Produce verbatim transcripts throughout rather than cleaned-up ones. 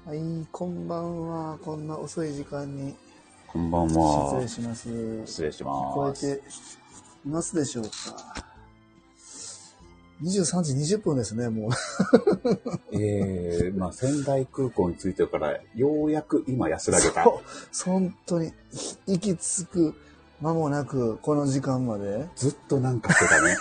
はい、こんばんは。こんな遅い時間に。 こんばんは。 失礼します。 失礼します。 聞こえていますでしょうか。にじゅうさんじにじゅっぷんですね、もう。 えー、まあ仙台空港に着いてから、ようやく今安らげた。 そう、本当に、行き着く間もなく、この時間まで。 ずっとなんかしてたね。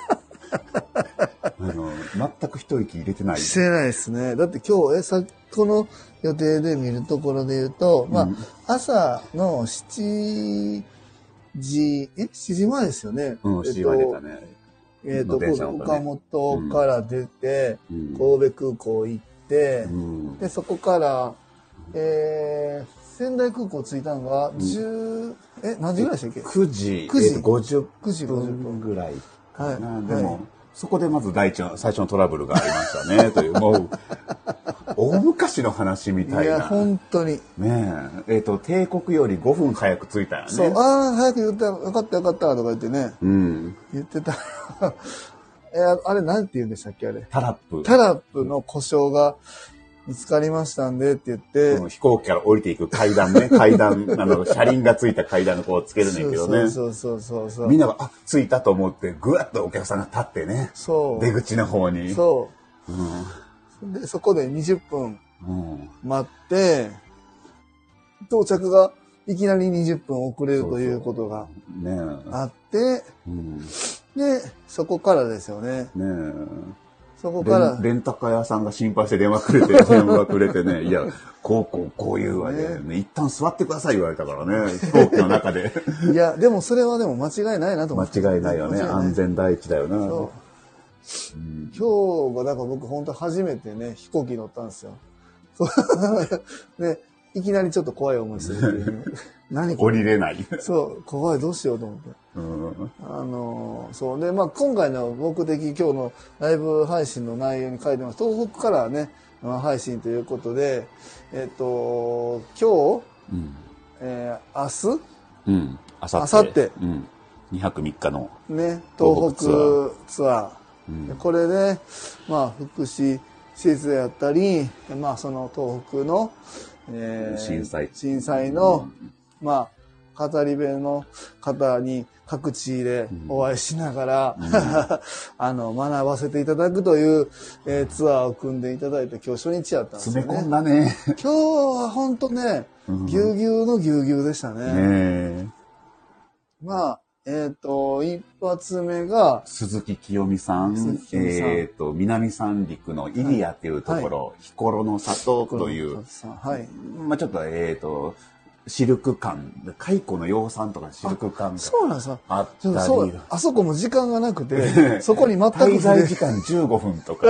あの、全く一息入れてない。 してないですね。だって今日、え、さこの予定で見るところで言うと、まあ、うん、朝のしちじ、え ?しち 時前ですよね。 うん、しちじまえ出たね。 えっ、ー、と、ね、岡本から出て、うん、神戸空港行って、うん、で、そこから、えー、仙台空港着いたのが、じゅう、うん、え、何時ぐらいでしたっけ ? くじ、 くじ、 えー、ごじゅっぷんぐらいかな。はい、でも、はい、そこでまず第一の、最初のトラブルがありましたね、という、もう、大昔の話みたいな。いや、 本当に。 ねえ。えっ、ー、と、帝国よりごふん早く着いたよね。 そう、ああ、早く言ったよかったよかったとか言ってね。 うん。 言ってた。えー、あれ、なんて言うんでしたっけ、あれ。 タラップ。 タラップの故障が見つかりましたんでって言って。 うん、飛行機から降りていく階段ね。階段、あの、車輪がついた階段のこうつけるねんけどね。 そうそうそうそう。 みんなが、あ、着いたと思って、ぐわっとお客さんが立ってね。 そう。 出口の方に。 そう。うん、で、そこでにじゅっぷん待って、うん、到着がいきなりにじゅっぷん遅れるということがあって、 うん、 で、そこからですよね。 ねえ。 そこからレン。レンタカー屋さんが心配して電話くれて、電話くれてね、いや、こうこうこういうわで、ね、一旦座ってください言われたからね、飛行機の中で。 いや、でもそれはでも間違いないなと思って。 間違いないよね。安全第一だよな。そううん、今日がだから僕本当初めてね、飛行機乗ったんですよ。で、いきなりちょっと怖い思いするっていう、ね。 何降りれない。 そう、怖い、どうしようと思って。うん、あの、そう。で、まあ今回の僕的今日のライブ配信の内容に書いてます。東北からね、配信ということで、えっと、今日、うんえー、明日、 うん、あさって。 あさって、 うん、にはくみっかのね、東北ツアー。うん、これで、まあ福祉施設やったり、まあその東北の、 えー、震災。 震災の、うんまあ、語り部の方に各地でお会いしながら、うん、あの、学ばせていただくという、えー、ツアーを組んでいただいて、今日初日やったんですよね。 詰め込んだね。 今日は本当ね、ぎゅうぎゅうのぎゅうぎゅうでしたね。 ねまあ、えっ、ー、と、一発目が、 鈴木清美さん、えっ、ー、と、南三陸のイリアっていうところ、はい、ヒコロの里という、 はい、 まあちょっと、えっ、ー、と、シルク館、蚕の養蚕とかシルク館がそうなんですか。 あったり。 そうあそこも時間がなくて、そこに全く滞在時間じゅうごふんとか、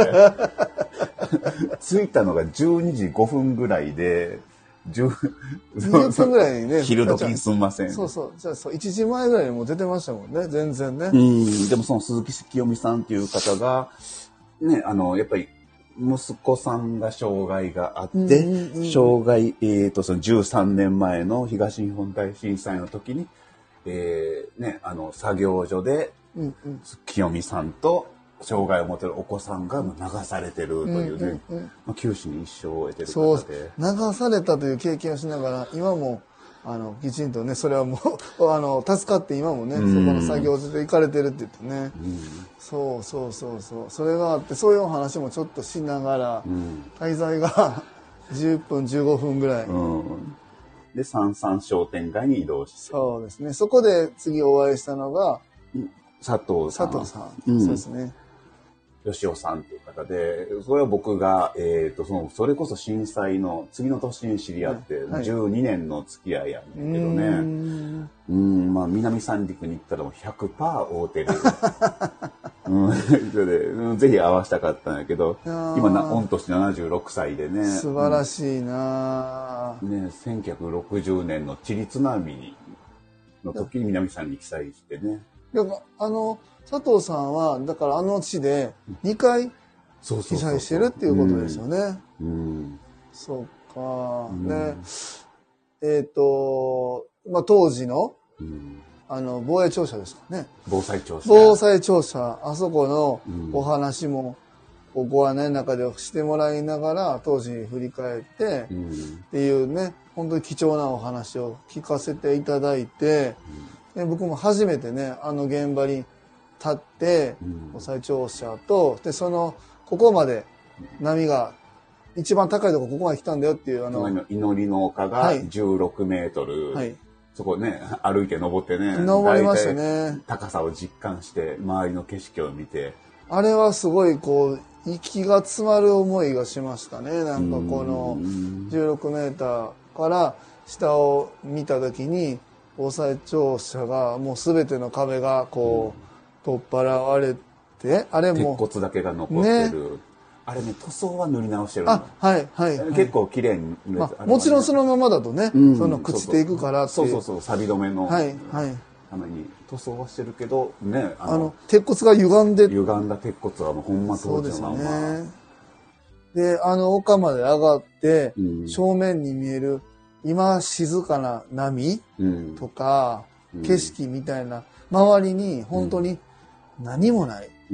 着いたのがじゅうにじごふんぐらいで、じゅうにじゅっぷんぐらいにね。 昼時にすんません。 そうそう。じゃあそう、いちじまえぐらいにもう出てましたもんね、全然ね。 うん。でもその鈴木清美さんっていう方が、ね、あの、やっぱり、息子さんが障害があって、うんうんうん、障害、えっと、そのじゅうさんねんまえの東日本大震災の時に、えー、ね、あの、作業所で、うんうん、清美さんと障害を持てるお子さんが流されてるというね、うんうんうんまあ、九死に一生を得てる方で。 そう、流されたという経験をしながら、今も、あの、きちんとね、それはもう、あの、助かって今もね、うん、そこの作業所で行かれてるって言ってね。うん、そうそうそうそう。それがあって、そういうお話もちょっとしながら、うん、滞在がじゅっぷん、じゅうごふんぐらい。うん、 で、三三商店街に移動して。 そうですね。そこで次お会いしたのが、 佐藤さん。 佐藤さん。うん、そうですね。 吉尾さんという方で、それは僕が、えっと、その、それこそ震災の次の年に知り合って、じゅうにねんの付き合いやねんけどね。はい、うんうん、まあ、南三陸に行ったらもう ひゃくパーセント 会うてる。うん、それで、うん、ぜひ会わしたかったんやけど、今な、御年ななじゅうろくさいでね。 素晴らしいな、 うん、ね、せんきゅうひゃくろくじゅうねんのチリ津波の時に南三陸被災してね。 いや、あの、佐藤さんは、だからあの地でにかい被災してるっていうことですよね。うん。そうか。うん、で、えっ、ー、と、まあ、当時の、うん、あの、防衛庁舎ですかね。 防災庁舎。 防災庁舎、あそこのお話もこうご案内の中でしてもらいながら、当時振り返って、 うん、 っていうね、本当に貴重なお話を聞かせていただいて、で僕も初めてね、あの現場に立って、防災庁舎と、で、その、ここまで波が、一番高いところここまで来たんだよっていう、あの、 祈りの丘がじゅうろくメートル、 はい、 そこね、歩いて登ってね、 登りましたね。 高さを実感して、周りの景色を見て。 あれはすごいこう、息が詰まる思いがしましたね。なんかこのじゅうろくメーターから下を見た時に、防災庁舎がもう全ての壁がこう、取っ払われて、あれも。 鉄骨だけが残ってる。ね、あれね、塗装は塗り直してるの。 あ、はい、はい。 結構綺麗に塗れて、 まあ、もちろんそのままだとね、うん、その朽ちていくからっていう。 そうそうそう、錆止めの。 はい、はい。 ために塗装はしてるけど、ね、 あの、あの鉄骨が歪んで。 歪んだ鉄骨はもうほんま当時のまま。そうですね。 で、あの丘まで上がって、うん、正面に見える、今静かな波とか、うん、景色みたいな、周りに本当に何もない。うん、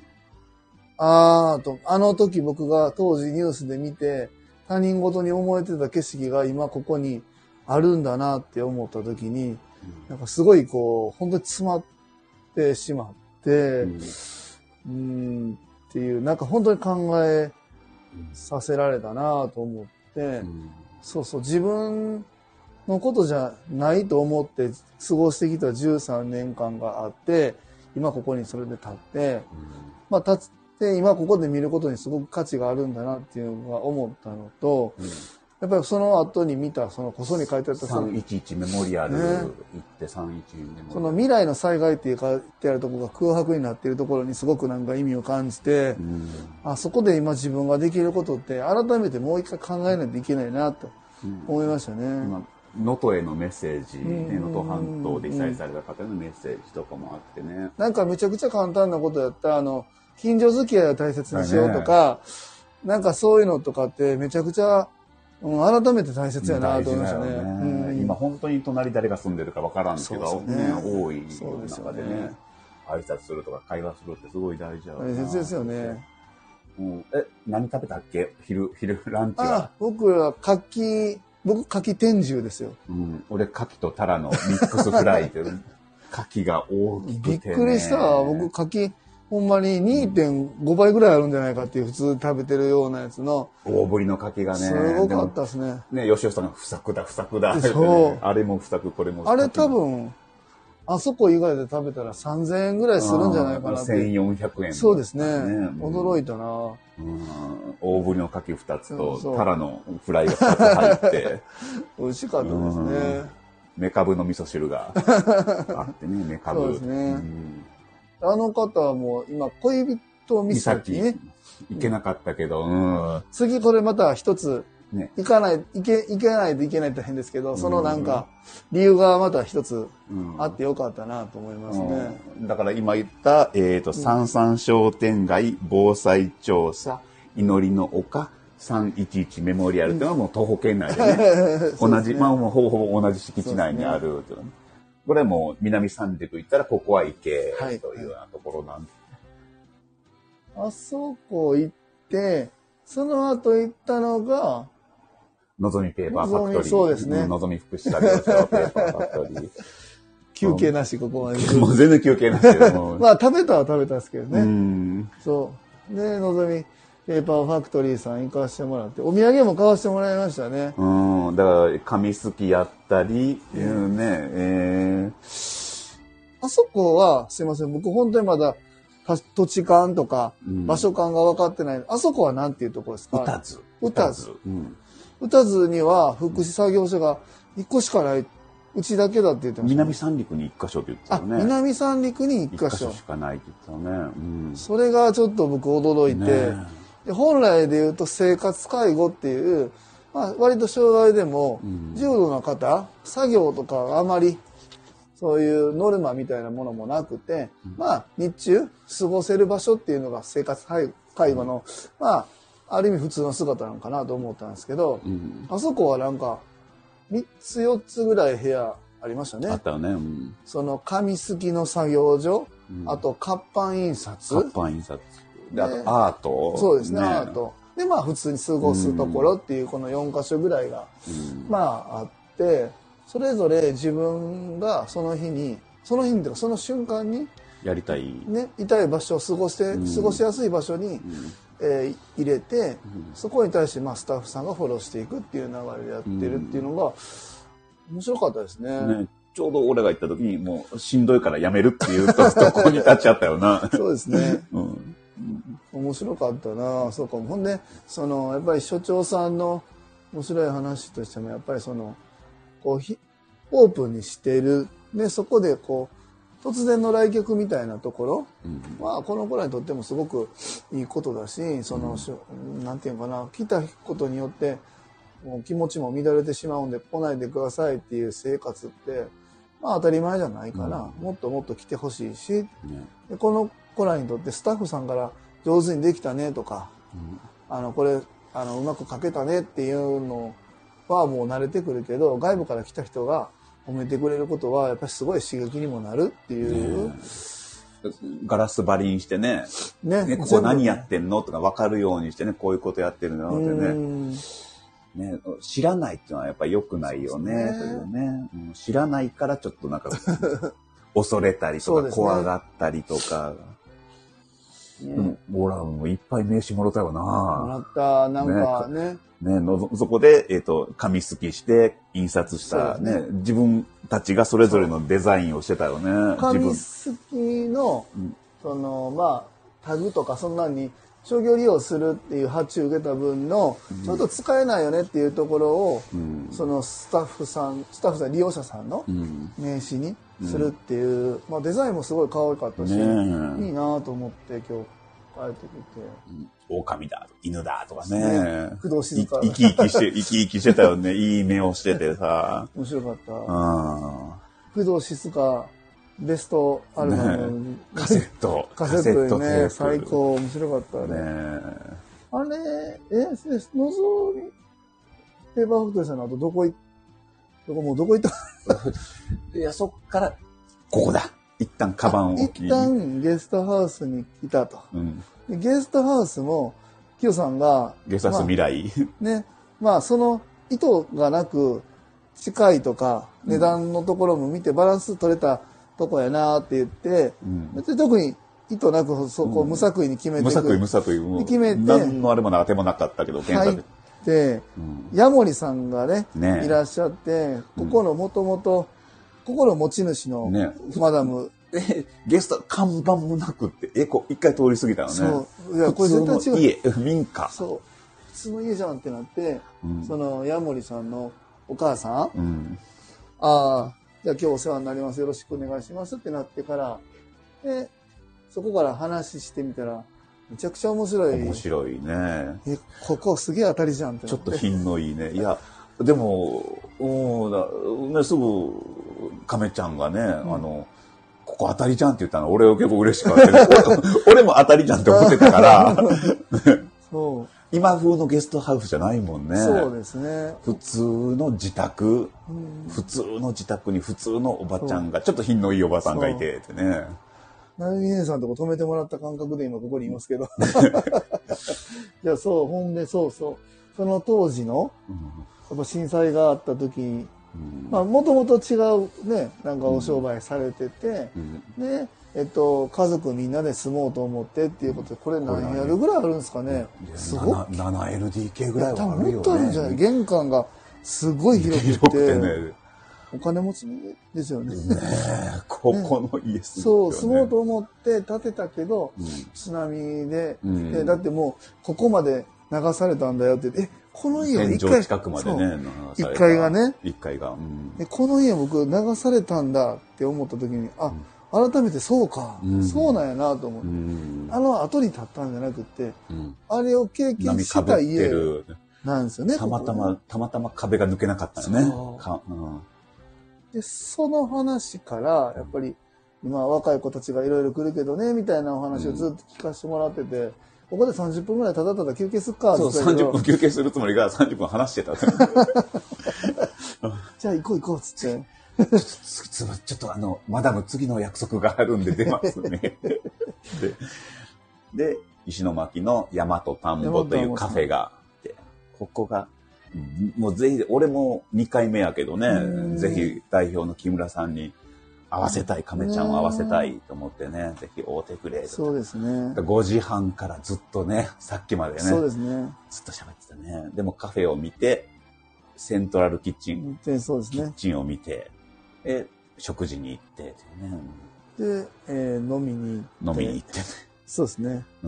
あーと、あの時僕が当時ニュースで見て、他人事に思えてた景色が今ここにあるんだなって思った時に、なんかすごいこう、本当に詰まってしまって、うん、うーんっていう、なんか本当に考えさせられたなと思って、うん、そうそう、自分のことじゃないと思って過ごしてきたじゅうさんねんかんがあって、今ここにそれで立って、うん、まあ立って今ここで見ることにすごく価値があるんだなっていうのが思ったのと、うん、やっぱりその後に見た、そのこそに書いてあったさんいちいちメモリアル行ってさんいちいちメモリアル。 その未来の災害っていう書いてあるところが空白になっているところにすごくなんか意味を感じて、うん、あそこで今自分ができることって改めてもう一回考えないといけないなと思いましたね。能登、うん、へのメッセージ、能登半島で被災された方へのメッセージとかもあってね。 なんかめちゃくちゃ簡単なことやったら、あの、近所付き合いを大切にしようとか、ね、なんかそういうのとかってめちゃくちゃうん、改めて大切やなと思いましたね。ねうん、今本当に隣誰が住んでるかわからんけど、ねね、多い中でね、ね挨拶するとか会話するってすごい大事だよね。 大切ですよね。 うん、え、何食べたっけ昼、昼、ランチは。 あ、僕は牡蠣、僕牡蠣天重ですよ。 うん、俺牡蠣とタラのミックスフライって牡蠣が大きくて、ね。 びっくりした。僕牡蠣、ほんまに にてんご 倍ぐらいあるんじゃないかっていう普通食べてるようなやつの。 大ぶりの牡蠣がね。 すごかったですね。 ね、吉尾さんが不作だ、不作だ、ね。 そう。 あれも不作、これも不作。あれ多分、あそこ以外で食べたらさんぜんえんぐらいするんじゃないかなって。 せんよんひゃくえん、ね。 そうですね。驚いたな。 うん、大ぶりの牡蠣ふたつと、タラのフライがふたつ入って。 美味しかったですね。 メカブの味噌汁があってね、メカブ。 そうですね。うんあの方はもう今、恋人岬ね。 行けなかったけど、うん、 次これまた一つ、ね、行かない、行け、行けないといけないって大変ですけど、そのなんか、理由がまた一つあってよかったなと思いますね。 うんうん、だから今言った、えっと、三三商店街防災調査、祈りの丘、さんいちいちメモリアルっていうのはもう徒歩圏内でね、同じ、ね、まあもうほぼほぼ同じ敷地内にあるっていうのね。これも南三陸行ったらここは行けというようなところなんで、 はい、あそこ行ってその後行ったのがのぞみペーパーファクトリー。 そうですね。 のぞみ福祉作業所ペーパーファクトリー。 休憩なしここまで。 もう全然休憩なしでもまあ食べたは食べたんですけどね。うんそうでのぞみペーパーファクトリーさん行かしてもらって、お土産も買わしてもらいましたね。 うん、だから紙すきやったり、うん、ね、えー、あそこはすいません、僕本当にまだ土地勘とか場所勘が分かってない。うん、あそこはなんていうところですか？ うたず。 うたず。うたずには福祉作業所が一個しかない。うちだけだって言ってました、ね。 南三陸に一箇所って言ってたよね。 あ、南三陸に一箇所。 一箇所しかないって言ってたね。うん、 それがちょっと僕驚いて。ねで本来で言うと生活介護っていう、まあ、割と障害でも重度の方、うん、作業とかあまりそういうノルマみたいなものもなくて、うん、まあ日中過ごせる場所っていうのが生活介護の、うん、まあある意味普通の姿なのかなと思ったんですけど、うん、あそこはなんかみっつよっつぐらい部屋ありましたね。 あったよね。うん、 その紙すきの作業所、うん、あと活版印刷。 活版印刷。 で、あとアート。 そうですね、アート。で、まあ普通に過ごすところっていうこのよんかしょぐらいが、うん、まああって、それぞれ自分がその日に、その日にというかその瞬間に、 やりたい。 ね、いたい場所を過ごして、うん、過ごしやすい場所に、うん、えー、入れて、うん、そこに対してまあスタッフさんがフォローしていくっていう流れでやってるっていうのが、面白かったですね。ね、 ちょうど俺が行った時にもうしんどいからやめるっていうとこに立ち会ったよな。 そうですね。うん、面白かったな。そうか。ほんで、その、やっぱり所長さんの面白い話としても、やっぱりその、こう、ひオープンにしている。で、そこでこう、突然の来客みたいなところ、うん、まあ、この子らにとってもすごくいいことだし、その、うん、なんていうのかな、来たことによって、もう気持ちも乱れてしまうんで来ないでくださいっていう生活って、まあ当たり前じゃないから、うん、もっともっと来てほしいし、うん、でこの子らにとってスタッフさんから上手にできたねとか、うん、あの、これ、あの、うまく書けたねっていうのはもう慣れてくるけど、外部から来た人が褒めてくれることはやっぱりすごい刺激にもなるっていう。ね、 ガラス張りにしてね、ね、ね、ここ何やってんのとか分かるようにしてね、こういうことやってるのってね。ね、知らないっていうのはやっぱり良くないよね。そういうね、うん、知らないからちょっとなんか恐れたりとか、ね、怖がったりとか。ね、うん、俺はもういっぱい名刺もらったよな。 もらった、なんかね。 ね、ねのそこで、えっと、紙すきして印刷したね、ね、自分たちがそれぞれのデザインをしてたよね。 紙すきの、うん、その、まあ、タグとかそんなに、商業利用するっていう発注受けた分の、ちょっと使えないよねっていうところを、うん、そのスタッフさん、スタッフさん、利用者さんの名刺にするっていう、うん、まあデザインもすごい可愛かったし、ね、いいなと思って今日帰ってきて。 うん、狼だ、犬だとかね。ね、 工藤静香。 生き生きして、生き生きしてたよね。いい目をしててさ。 面白かった。工藤静香。ベストアルバム、 ね、カセットカセットね、最高面白かったね。あれ、え、のぞみペーパーフクトリーさんの後どこ行どこもうどこ行ったいや、そっから、ここだ。一旦カバンを置き。 一旦ゲストハウスに来たと。うん、でゲストハウスも、キヨさんが、 ゲストハウス未来、 まあ、ね、まあその意図がなく、近いとか、値段のところも見てバランス取れた、とこやなって言って、うん、別に特に意図なくそこを無作為に決めて、うん、 無作為無作為決めて何のあれもな当てもなかったけど入って、うん、ヤモリさんが ね, ねいらっしゃってここのもともとここの持ち主のマダム、 ね、ゲスト看板もなくってえこ一回通り過ぎたのね。 そういやこれ絶対違う家民家そう普通の家じゃんってなって、うん、そのヤモリさんのお母さん、うん、ああじゃあ今日お世話になります。よろしくお願いしますってなってから、で、そこから話してみたら、めちゃくちゃ面白い。 面白いね。 え、ここすげえ当たりじゃんってなって。ちょっと品のいいね。いや、でも、うんね、すぐ、亀ちゃんがね、うん、あの、ここ当たりじゃんって言ったの、俺は結構嬉しかった俺。俺も当たりじゃんって思ってたから、そう。今風のゲストハウスじゃないもんね。 そうですね。 普通の自宅、うん、普通の自宅に普通のおばちゃんが、ちょっと品のいいおばさんがいてってね。 なるみ姉さんとこ止めてもらった感覚で今ここにいますけど。いや、そう、ほんで、そうそう。その当時の、うん、やっぱ震災があった時に、うん、まあ、もともと違うね、なんかお商売されてて、うん、で、えっと、家族みんなで住もうと思ってっていうことで、これ何やるぐらいあるんですかね。 すごい。ななエルディーケー ぐらいはあるよね。 もっとあるんじゃない？玄関がすごい広くて。広くてね。お金持ちですよね。ねえ、ここの家すごい、ね。そう、住もうと思って建てたけど、うん、津波で、うん、で、だってもう、ここまで流されたんだよって言って、え、この家一階近くまでね、 一階がね。 一階が、うん、 で。この家僕流されたんだって思った時に、あ、うん改めてそうか、うん、そうなんやなと思って、うん、あの後に建ったんじゃなくて、うん、あれを経験した家なんですよね。 たまたま、たまたま壁が抜けなかったよね。かうん、 で、その話から、やっぱり、今若い子たちがいろいろ来るけどね、みたいなお話をずっと聞かせてもらってて、うん、ここでさんじゅっぷんぐらいただただ休憩すっかって言ったけど。そう、さんじゅっぷん休憩するつもりがさんじゅっぷん話してた。 じゃあ行こう行こうっつって。 ちょっと、ちょっとあの、マダム次の約束があるんで出ますね。で、で、 石巻の大和田んぼというカフェがあって、ここが、もうぜひ、俺もにかいめやけどね、ぜひ代表の木村さんに会わせたい、亀ちゃんを会わせたいと思ってね、ぜひ会うてくれ。 そうですね。 ごじはんからずっとね、さっきまでね、 そうですね。 ずっと喋ってたね。でもカフェを見て、セントラルキッチン、 そうですね、 キッチンを見て、で、食事に行ってね。 で、えー、飲みに行って。飲みに行ってね。 そうですね。 うん。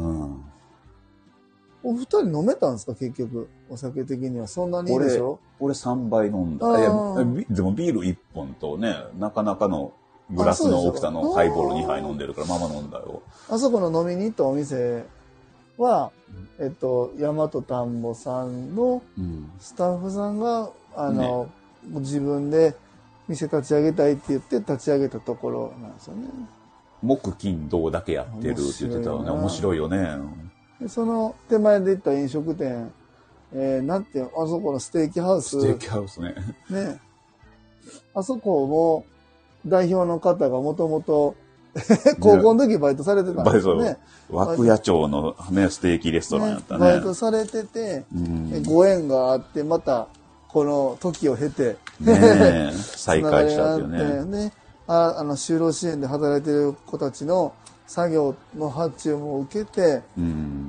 お二人飲めたんですか結局。お酒的には。そんなにいいでしょ？ 俺、俺さんばい飲んだ。いや、でもビールいっぽんとね、なかなかのグラスの大きさのハイボールにはい飲んでるから、まあまあ飲んだよ。 あそこの飲みに行ったお店は、えっと、大和田んぼさんのスタッフさんが、あの、ね、自分で店立ち上げたいって言って立ち上げたところなんですよね。 木金土だけやってるって言ってたよね。面白いよね。 でその手前で行った飲食店、えー、なんていうあそこのステーキハウス。 ステーキハウスね。 ね。あそこも代表の方がもともと高校の時バイトされてたんですよね。 涌谷町のね、ステーキレストランやったね。 バイトされてて、うん、ご縁があって、またこの時を経て、 ね再開したっていうね。 ねああの就労支援で働いてる子たちの作業の発注も受けて、うん、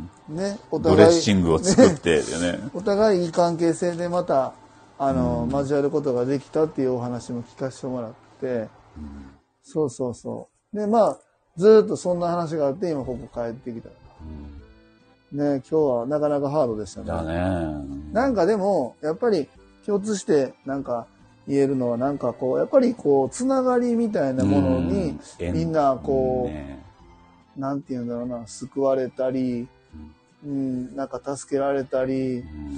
ね、お互いドレッシングを作ってね、 ねお互いいい関係性でまたあの、うん、交わることができたっていうお話も聞かせてもらって、うん、そうそうそうでまあずっとそんな話があって今ここ帰ってきた、うん、ね今日はなかなかハードでしたね。 だね。 なんかでもやっぱり共通してなんか言えるのはなんかこうやっぱりこうつながりみたいなものにみんなこう、ね、なんていうんだろうな救われたり、うん、なんか助けられたり、うん、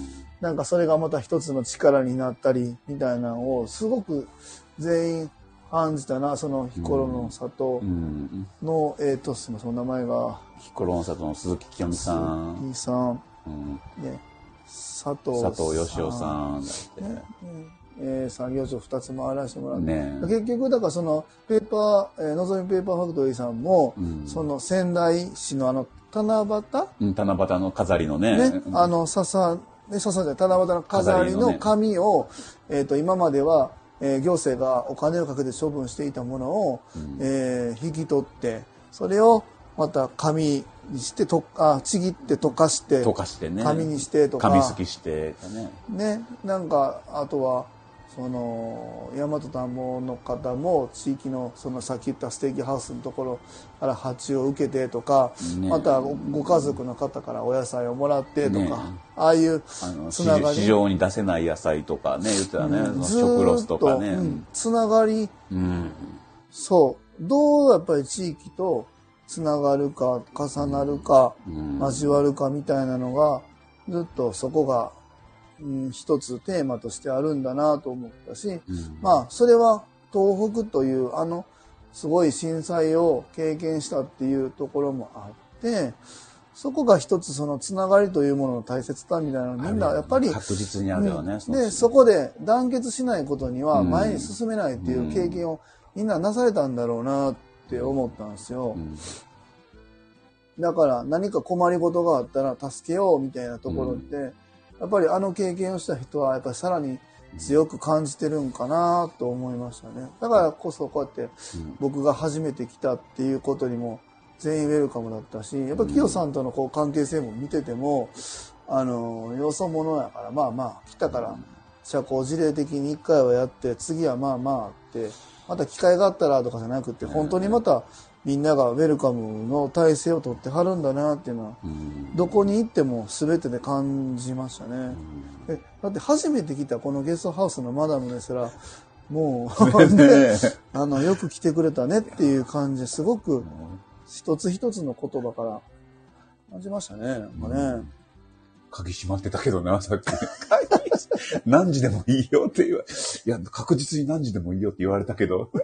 なんかそれがまた一つの力になったりみたいなのをすごく全員感じたな。そのヒコロの里の、うん、えっとすみませんお名前がヒコロの里の鈴木清美さん、 鈴木さん、うん、ね佐藤佐藤義雄さんだって、ねうんえー、産業省ふたつ回らせてもらって、ね、結局だからそのペーパー、えー、のぞみペーパーファクトリーさんも、うん、その仙台市のあの七夕、 うん、七夕の飾りのね、 ねあの笹ね笹で七夕の飾りの紙を、ねえー、と今までは、えー、行政がお金をかけて処分していたものを、うんえー、引き取ってそれをまた紙にしてとあちぎって溶かして溶かしてね紙にしてとか紙すきしてねねなんかあとはその大和田んぼの方も地域のそのさっき言ったステーキハウスのところから発注を受けてとか、ね、またご家族の方からお野菜をもらってとか、ね、ああいうつながり市場に出せない野菜とかね言ってたね、うん、食ロスとかね、うん、 つながり、うん、そうどうやっぱり地域とつながるか重なるか、うん、交わるかみたいなのがずっとそこがうん、一つテーマとしてあるんだなと思ったし、うん、まあそれは東北というあのすごい震災を経験したっていうところもあってそこが一つそのつながりというものの大切さみたいなのみんなやっぱり確実にあるよね、 うん、でそこで団結しないことには前に進めないっていう経験をみんななされたんだろうなって思ったんですよ、うん、だから何か困りごとがあったら助けようみたいなところって、うんやっぱりあの経験をした人はやっぱりさらに強く感じてるんかなと思いましたね。だからこそこうやって僕が初めて来たっていうことにも全員ウェルカムだったし、やっぱり清さんとのこう関係性も見てても、あの、よそ者やからまあまあ来たから社交辞令的に一回はやって次はまあまあって、また機会があったらとかじゃなくて本当にまたみんながウェルカムの体制をとってはるんだなっていうのは、うん、どこに行っても全てで感じましたね、うん、えだって初めて来たこのゲストハウスのマダムですらもう、ね、あのよく来てくれたねっていう感じですごく一つ一つの言葉から感じましたねなんかね、うん、 鍵閉まってたけどなさっき何時でもいいよって言わいや確実に何時でもいいよって言われたけど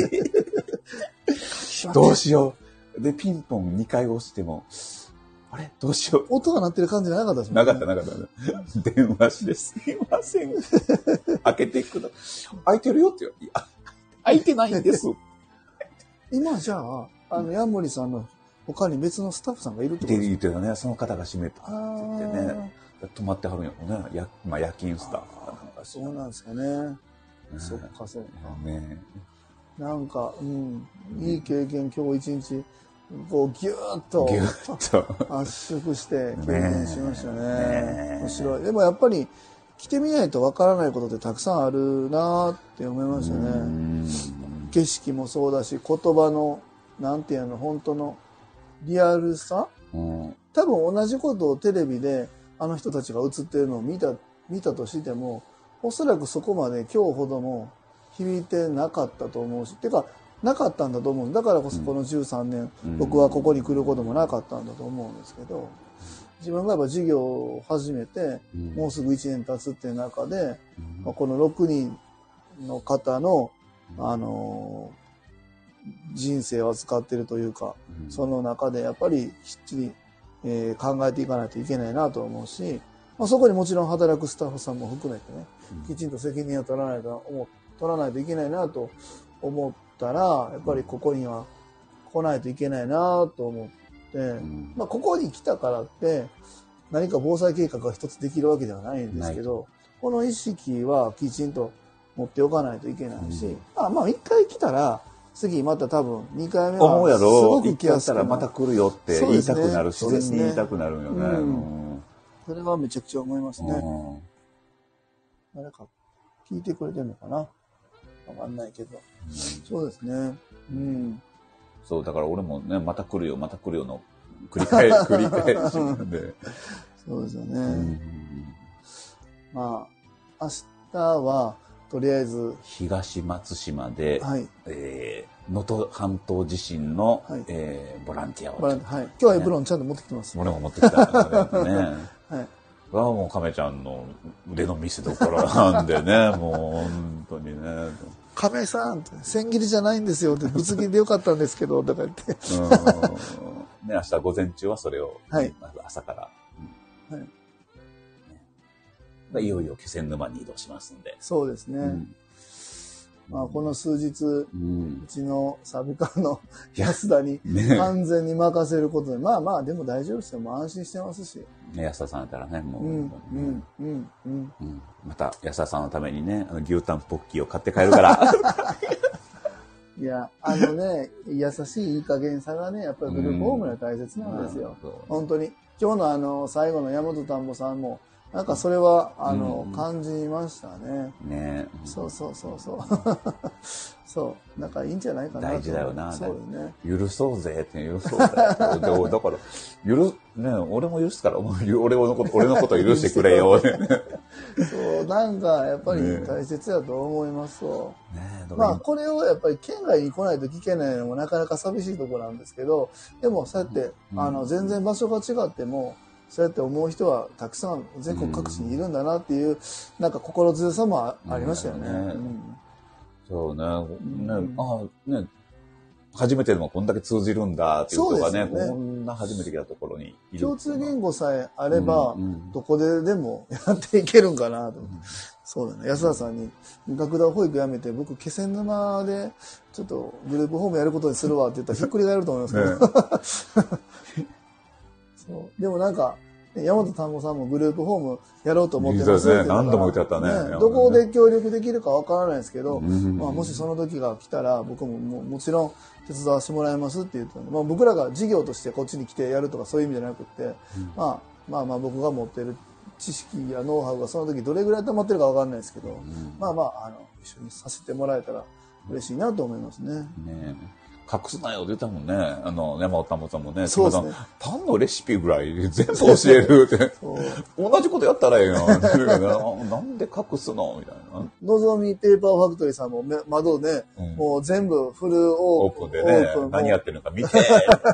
どうしよう。で、ピンポンにかい押しても、あれどうしよう。 音が鳴ってる感じじゃなかったですもんね。 なかった、なかった。電話して、すいません。開けてください。開いてるよって言う。いや、開いてないんです。 今じゃあ、あの、ヤンモリさんの他に別のスタッフさんがいるってことってですか？ 言ってたね、その方が閉めたって言ってね、泊まってはるんやもんね。や、まあ夜勤スタッフかなんかしら。 そうなんですかね。そっかそっか。 ねなんか、うん、いい経験、今日一日、こう、ぎゅーっとぎゅっと圧縮して経験しましたね。 ね面白い。でもやっぱり、来てみないとわからないことってたくさんあるなって思いましたね。景色もそうだし、言葉の、なんていうの、本当のリアルさ、 うん、 多分同じことをテレビであの人たちが映ってるのを見た、見たとしても、おそらくそこまで今日ほども響いてなかったと思うし、てか、なかったんだと思う。だからこそこのじゅうさんねん、うん、僕はここに来ることもなかったんだと思うんですけど、自分がやっぱ授業を始めて、うん、もうすぐいちねん経つっていう中で、うん、まあ、このろくにんの方の、あのー、人生を扱っているというか、うん、その中でやっぱりきっちり、えー、考えていかないといけないなと思うし、まあ、そこにもちろん働くスタッフさんも含めてね、きちんと責任を取らないと思取らないといけないなと思ったら、やっぱりここには来ないといけないなと思って、うん、まあここに来たからって何か防災計画が一つできるわけではないんですけど、この意識はきちんと持っておかないといけないし、うん、まあまあ一回来たら次また多分にかいめはすごく来やすくなる。 また来るよって言いたくなる、自然に言いたくなるよね。うん、 それはめちゃくちゃ思いますね。誰か聞いてくれてるのかな、わかんないけど、うん、そうですね。うん。 そうだから俺もね、また来るよまた来るよの繰り返繰り返しなんで。 そうですよね。うん、まあ明日はとりあえず東松島で、 はい、 えー、能登半島地震の、はい、えー、ボランティアを、 はい、今日はエプロンちゃんと持ってきてます。 俺も持ってきた、ね。 はい。 はもう亀ちゃんの腕の見せ所なんでね、もう本当にね。 亀さんって千切りじゃないんですよって、ぶつ切りでよかったんですけどとか言って。 うんね、明日午前中はそれを、 はい、 まず朝から、 うん、はいね、いよいよ気仙沼に移動しますんで。 そうですね。うん、まあこの数日、うん、うちのサビカの安田に完全に任せることで、ね、まあまあでも大丈夫ですよ。もう安心してますし。 安田さんだったらね、もう。 うん、うん、うん、うん。 また安田さんのためにね、あの牛タンポッキーを買って帰るから。 いや、あのね、優しいいい加減さがね、やっぱりグループホームには大切なんですよ。うん、本当に。今日のあの、最後の山本田んぼさんも、なんかそれは、あの、うん、感じましたね。 ね、 うん、そうそうそうそう。そう。なんかいいんじゃないかな。 大事だよな。 そうよね。 許そうぜって許そうぜって。だから、許、ね、俺も許すから、俺のこと、俺のこと許してくれよ。 そう、なんかやっぱり大切だと思いますわ。ね、まあこれをやっぱり県外に来ないと聞けないのもなかなか寂しいところなんですけど、でもそうやって、うん、あの、全然場所が違っても、そうやって思う人はたくさん全国各地にいるんだなっていう、うん、なんか心強さも あ,、うん、ありましたよね。うん、 そうね。ね、ああ、ね、初めてでもこんだけ通じるんだっていう人が ね, ね、こんな初めて来たところにいる。 共通言語さえあれば、うんうん、どこででもやっていけるんかなと。うん、そうだね。安田さんに、学童保育やめて、僕、気仙沼で、ちょっとグループホームやることにするわって言ったらひっくり返ると思いますけど。ねそうでもなんか、山本丹後さんもグループホームやろうと思ってますってね、何度も言ってあったね。 ねどこで協力できるかわからないですけど、うんまあ、もしその時が来たら僕も も, もちろん手伝わせてもらいますって言ったので、まあ、僕らが事業としてこっちに来てやるとかそういう意味じゃなくて、うんまあ、まあまあ僕が持ってる知識やノウハウがその時どれぐらい溜まってるかわかんないですけど、うん、まあまあ、あの一緒にさせてもらえたら嬉しいなと思いますね。 ね隠すなよって言ったもんね。あの、山本玉さんもね。 そうですね。 パンのレシピぐらい全部教えるって。同じことやったらええよ。なんで隠すのみたいな。 のぞみペーパーファクトリーさんも窓ね、うん、もう全部フルオープン。 オープンでね、何やってるのか見て。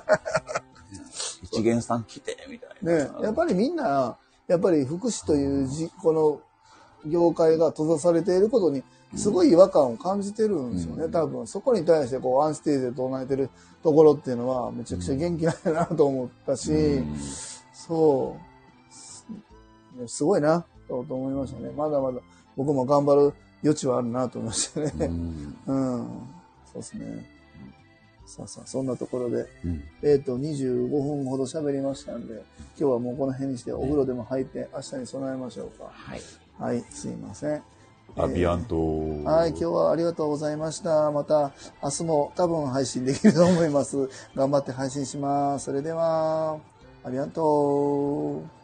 一元さん来て、みたいな。 ね、やっぱりみんな、やっぱり福祉というじ、この業界が閉ざされていることに、すごい違和感を感じてるんですよね、うん、多分。そこに対してこう、アンステージで唱えてるところっていうのは、めちゃくちゃ元気ないなと思ったし、うん、そう、すごいな、と思いましたね。まだまだ僕も頑張る余地はあるなと思いましたね。うん、うん、そうですね。 さあさあ、そんなところで、 うん、 えっと、にじゅうごふんほど喋りましたんで、今日はもうこの辺にしてお風呂でも入って明日に備えましょうか。 はい。 はい、すいません。 アビアント、えー、 はい、今日はありがとうございました。また明日も多分配信できると思います。頑張って配信します。それでは、アビアント。